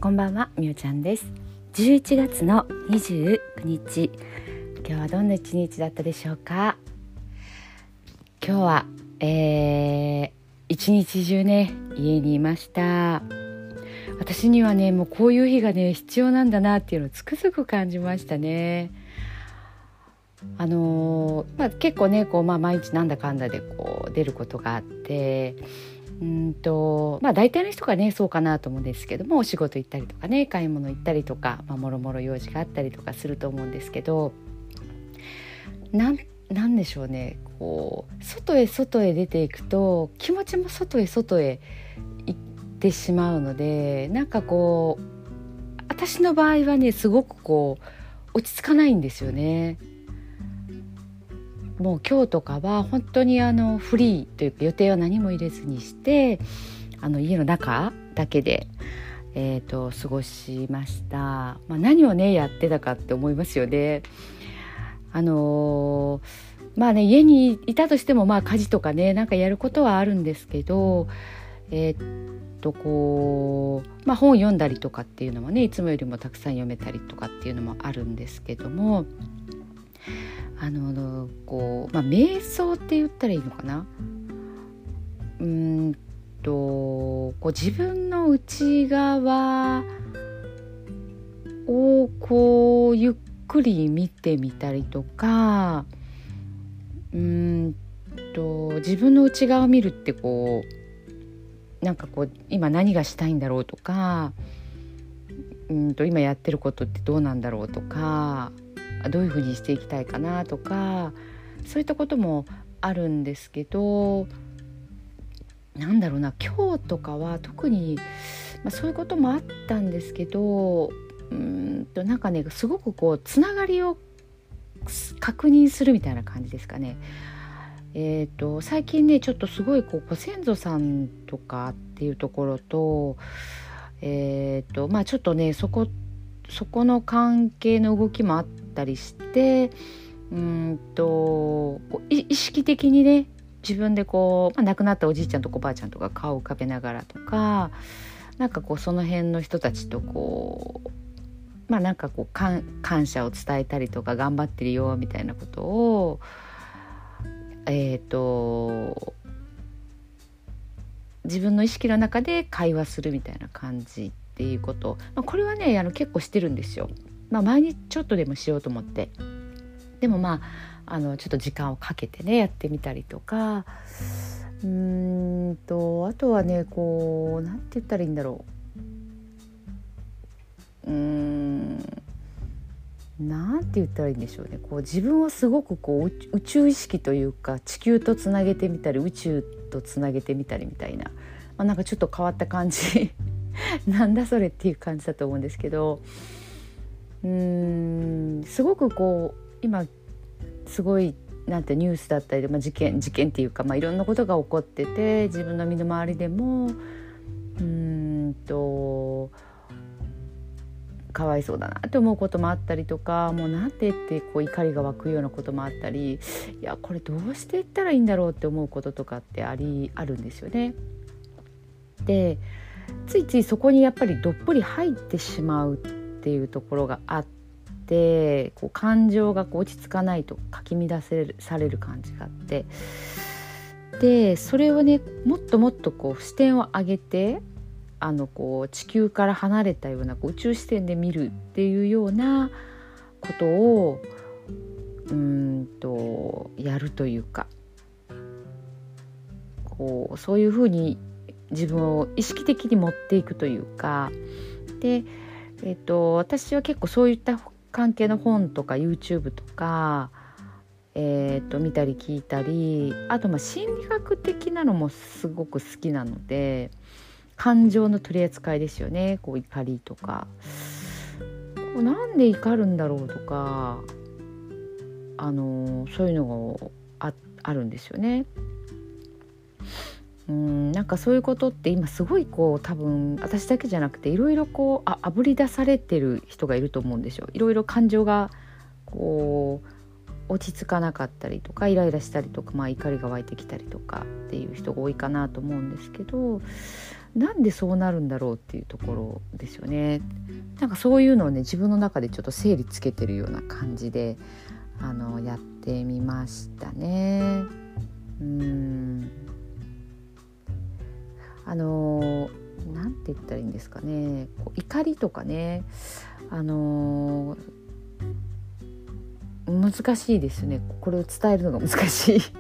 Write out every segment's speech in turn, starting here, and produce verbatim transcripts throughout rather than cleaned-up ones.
こんばんは、みおちゃんです。じゅういちがつのにじゅうくにち、今日はどんな一日だったでしょうか。今日は、えー、一日中ね家にいました。私にはねもうこういう日がね必要なんだなっていうのをつくづく感じましたね。あのーまあ、結構ねこう、まあ、毎日なんだかんだでこう出ることがあって、うんとまあ、大体の人がねそうかなと思うんですけども、お仕事行ったりとかね、買い物行ったりとか、まあ、もろもろ用事があったりとかすると思うんですけど、なん、なんでしょうね、こう外へ外へ出ていくと気持ちも外へ外へ行ってしまうので、なんかこう私の場合はねすごくこう落ち着かないんですよね。もう今日とかは本当にあのフリーというか予定は何も入れずにして、あの家の中だけで、えー、と過ごしました。まあ、何をねやってたかって思いますよね。あのー、まあね家にいたとしてもまあ家事とかねなんかやることはあるんですけど、えー、っとこうまあ本読んだりとかっていうのもねいつもよりもたくさん読めたりとかっていうのもあるんですけども、あのこう、まあ、瞑想って言ったらいいのかな、うーんとこう自分の内側をこうゆっくり見てみたりとか、うーんと自分の内側を見るってこうなんかこう今何がしたいんだろうとか、うんと今やってることってどうなんだろうとか、どういうふうにしていきたいかなとか、そういったこともあるんですけど、なんだろうな、今日とかは特に、まあ、そういうこともあったんですけど、うーんとなんかねすごくこうつながりを確認するみたいな感じですかね。えーと、最近ねちょっとすごいこうご先祖さんとかっていうところと、えーとまあ、ちょっとねそこそこの関係の動きもあったりして、うーんと意識的にね自分でこう、まあ、亡くなったおじいちゃんとおばあちゃんとか顔を浮かべながらとか、なんかこうその辺の人たちとこうまあなんかこう感謝を伝えたりとか、頑張ってるよみたいなことをえーと自分の意識の中で会話するみたいな感じっていうこと、まあ、これはねあの結構してるんですよ。まあ、毎日ちょっとでもしようと思って、でもまああのちょっと時間をかけてねやってみたりとか、うーんとあとはねこうなんて言ったらいいんだろう、うーんなんて言ったらいいんでしょうね、こう自分をすごくこう宇宙意識というか地球とつなげてみたり宇宙とつなげてみたりみたいな、まあ、なんかちょっと変わった感じなんだそれっていう感じだと思うんですけど、うーんすごくこう今すごいなんてニュースだったりで、まあ、事件事件っていうか、まあ、いろんなことが起こってて、自分の身の回りでもうーんとかわいそうだなと思うこともあったりとか、もうなんてってこう怒りが湧くようなこともあったり、いやこれどうしていったらいいんだろうって思うこととかってありあるんですよね。でついついそこにやっぱりどっぷり入ってしまうっていうところがあって、こう感情がこう落ち着かないとかき乱される、される感じがあって、でそれをねもっともっとこう視点を上げて、あのこう地球から離れたようなこう宇宙視点で見るっていうようなことをうーんとやるというか、こうそういうふうに自分を意識的に持っていくというかで、えー、と私は結構そういった関係の本とか YouTube とか、えー、と見たり聞いたり、あとまあ心理学的なのもすごく好きなので、感情の取り扱いですよね。こう怒りとか、こうなんで怒るんだろうとか、あのそういうのが あ, あるんですよね。うんなんかそういうことって今すごいこう多分私だけじゃなくていろいろこうああぶり出されてる人がいると思うんですよ。いろいろ感情がこう落ち着かなかったりとか、イライラしたりとか、まあ、怒りが湧いてきたりとかっていう人が多いかなと思うんですけど、 なんでそうなるんだろうっていうところですよね。なんかそういうのをね自分の中でちょっと整理つけてるような感じであのやってみましたね。うーんあのなんて言ったらいいんですかね、こう怒りとかね、あの難しいですね。これを伝えるのが難しい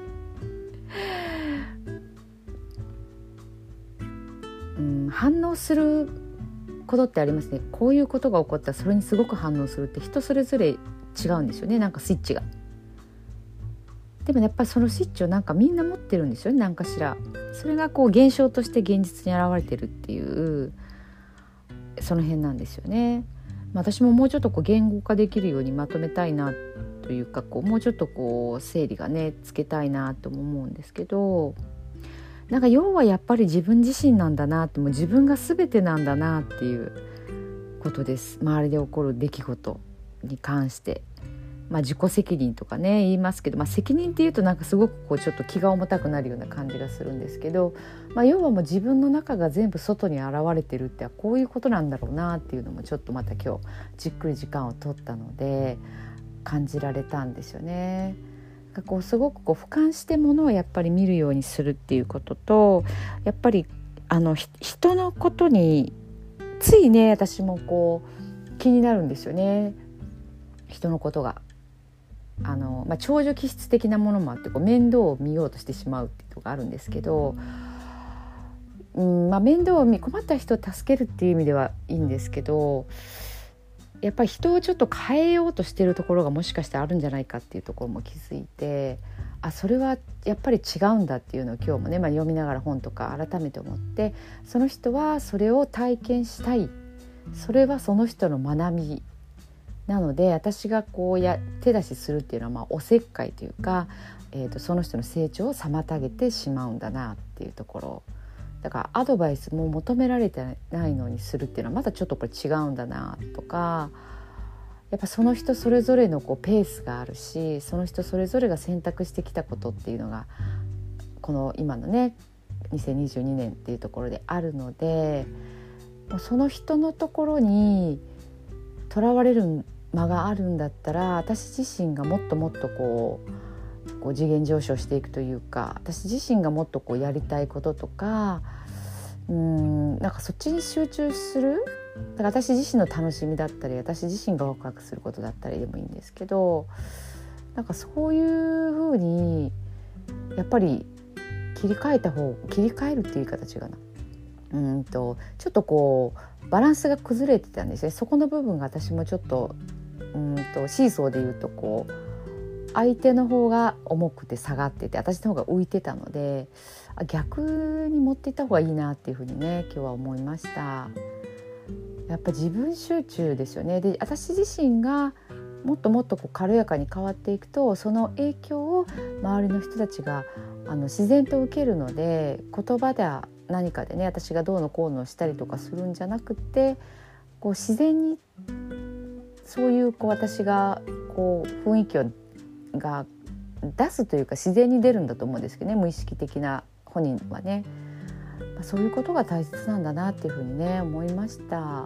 うん、反応することってありますね。こういうことが起こったらそれにすごく反応するって人それぞれ違うんですよね、なんかスイッチが。でもやっぱりそのスイッチをなんかみんな持ってるんですよね、なんかしら。それがこう現象として現実に現れてるっていうその辺なんですよね。まあ、私ももうちょっとこう言語化できるようにまとめたいなというか、こうもうちょっとこう整理がねつけたいなとも思うんですけど、なんか要はやっぱり自分自身なんだなって、もう自分が全てなんだなっていうことです。周りで起こる出来事に関して、まあ、自己責任とかね言いますけど、まあ、責任っていうとなんかすごくこうちょっと気が重たくなるような感じがするんですけど、まあ、要はもう自分の中が全部外に現れてるってこういうことなんだろうなっていうのもちょっとまた今日じっくり時間を取ったので感じられたんですよね。こうすごくこう俯瞰してものをやっぱり見るようにするっていうことと、やっぱりあの人のことについね私もこう気になるんですよね。人のことがあの、まあ、長女気質的なものもあってこう面倒を見ようとしてしまうっていうのがあるんですけど、うんまあ、面倒を見困った人を助けるっていう意味ではいいんですけど、やっぱり人をちょっと変えようとしてるところがもしかしてあるんじゃないかっていうところも気づいて、あそれはやっぱり違うんだっていうのを今日もね、まあ、読みながら本とか改めて思って、その人はそれを体験したい、それはその人の学びなので、私がこうや手出しするっていうのはまあおせっかいというか、えーとその人の成長を妨げてしまうんだなっていうところだから、アドバイスも求められてないのにするっていうのはまたちょっとこれ違うんだなとか、やっぱその人それぞれのこうペースがあるし、その人それぞれが選択してきたことっていうのがこの今のねにせんにじゅうにねんっていうところであるので、その人のところにとらわれる間があるんだったら、私自身がもっともっとこうこう次元上昇していくというか、私自身がもっとこうやりたいこととか、うーんなんかそっちに集中する。だから私自身の楽しみだったり、私自身がワクワクすることだったりでもいいんですけど、なんかそういう風にやっぱり切り替えた方切り替えるっていう形がなうんとちょっとこうバランスが崩れてたんですね。そこの部分が私もちょっとうんとシーソーで言うとこう相手の方が重くて下がってて、私の方が浮いてたので、逆に持っていった方がいいなっていうふうにね今日は思いました。やっぱ自分集中ですよね。で私自身がもっともっとこう軽やかに変わっていくと、その影響を周りの人たちがあの自然と受けるので、言葉では何かでね私がどうのこうのしたりとかするんじゃなくて、こう自然にそういうこう私がこう雰囲気をが出すというか自然に出るんだと思うんですけどね、無意識的な本人はね、そういうことが大切なんだなっていうふうにね思いました。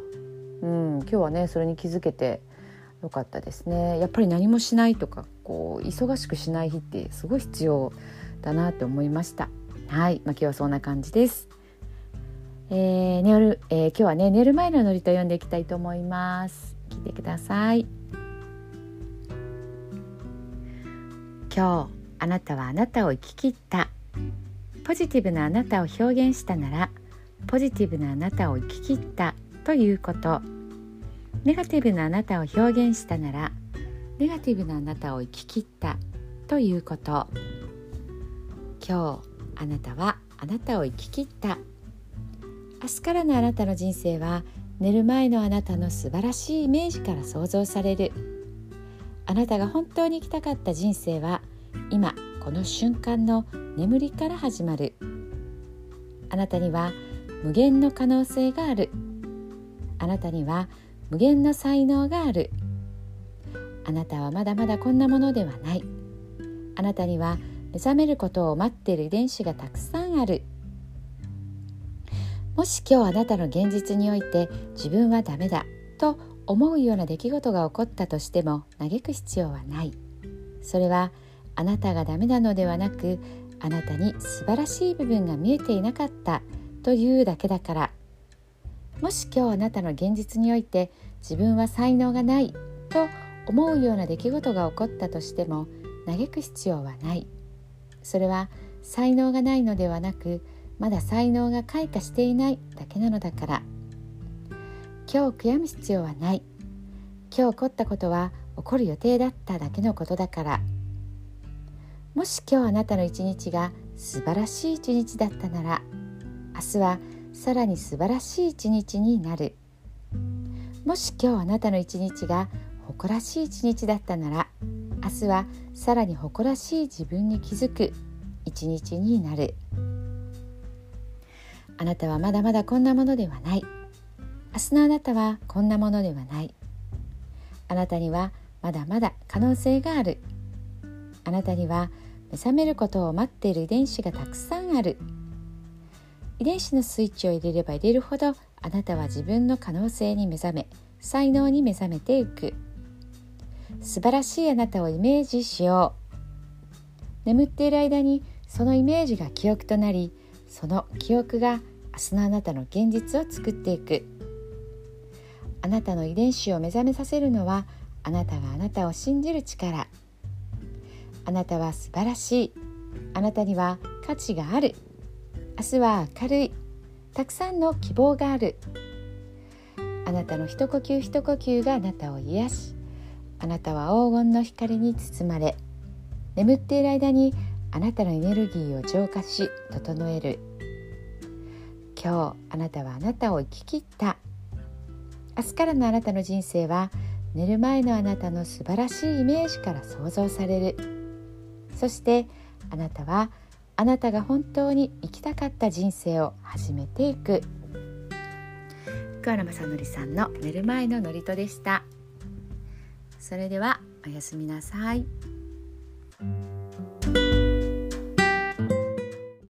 うん、今日はねそれに気づけてよかったですね。やっぱり何もしないとかこう忙しくしない日ってすごい必要だなって思いました。はい、まあ、今日はそんな感じです。えー寝るえー、今日はね寝る前の祝詞と読んでいきたいと思います。聞いてください。今日あなたはあなたを生き切った。ポジティブなあなたを表現したなら、ポジティブなあなたを生き切ったということ。ネガティブなあなたを表現したなら、ネガティブなあなたを生き切ったということ。今日あなたはあなたを生き切った。明日からのあなたの人生は、寝る前のあなたの素晴らしいイメージから想像される。あなたが本当に生きたかった人生は、今この瞬間の眠りから始まる。あなたには無限の可能性がある。あなたには無限の才能がある。あなたはまだまだこんなものではない。あなたには目覚めることを待っている遺伝子がたくさんある。 もし今日あなたの現実において自分はダメだと思うような出来事が起こったとしても嘆く必要はない。それはあなたがダメなのではなく、あなたに素晴らしい部分が見えていなかったというだけだから。もし今日あなたの現実において自分は才能がないと思うような出来事が起こったとしても嘆く必要はない。それは才能がないのではなく、まだ才能が開花していないだけなのだから。今日悔やむ必要はない。今日起こったことは起こる予定だっただけのことだから。もし今日あなたの一日が素晴らしい一日だったなら、明日はさらに素晴らしい一日になる。もし今日あなたの一日が誇らしい一日だったなら、明日はさらに誇らしい自分に気づく一日になる。あなたはまだまだこんなものではない。明日のあなたはこんなものではない。あなたにはまだまだ可能性がある。あなたには目覚めることを待っている遺伝子がたくさんある。遺伝子のスイッチを入れれば入れるほど、あなたは自分の可能性に目覚め、才能に目覚めていく。素晴らしいあなたをイメージしよう。眠っている間にそのイメージが記憶となり、その記憶が明日のあなたの現実を作っていく。あなたの遺伝子を目覚めさせるのは、あなたがあなたを信じる力。あなたは素晴らしい。あなたには価値がある。明日は明るい。たくさんの希望がある。あなたの一呼吸一呼吸があなたを癒し、あなたは黄金の光に包まれ、眠っている間にあなたのエネルギーを浄化し整える。今日あなたはあなたを生き切った。明日からのあなたの人生は、寝る前のあなたの素晴らしいイメージから想像される。そしてあなたはあなたが本当に生きたかった人生を始めていく。桑名正則さんの寝る前の祝詞でした。それではおやすみなさい。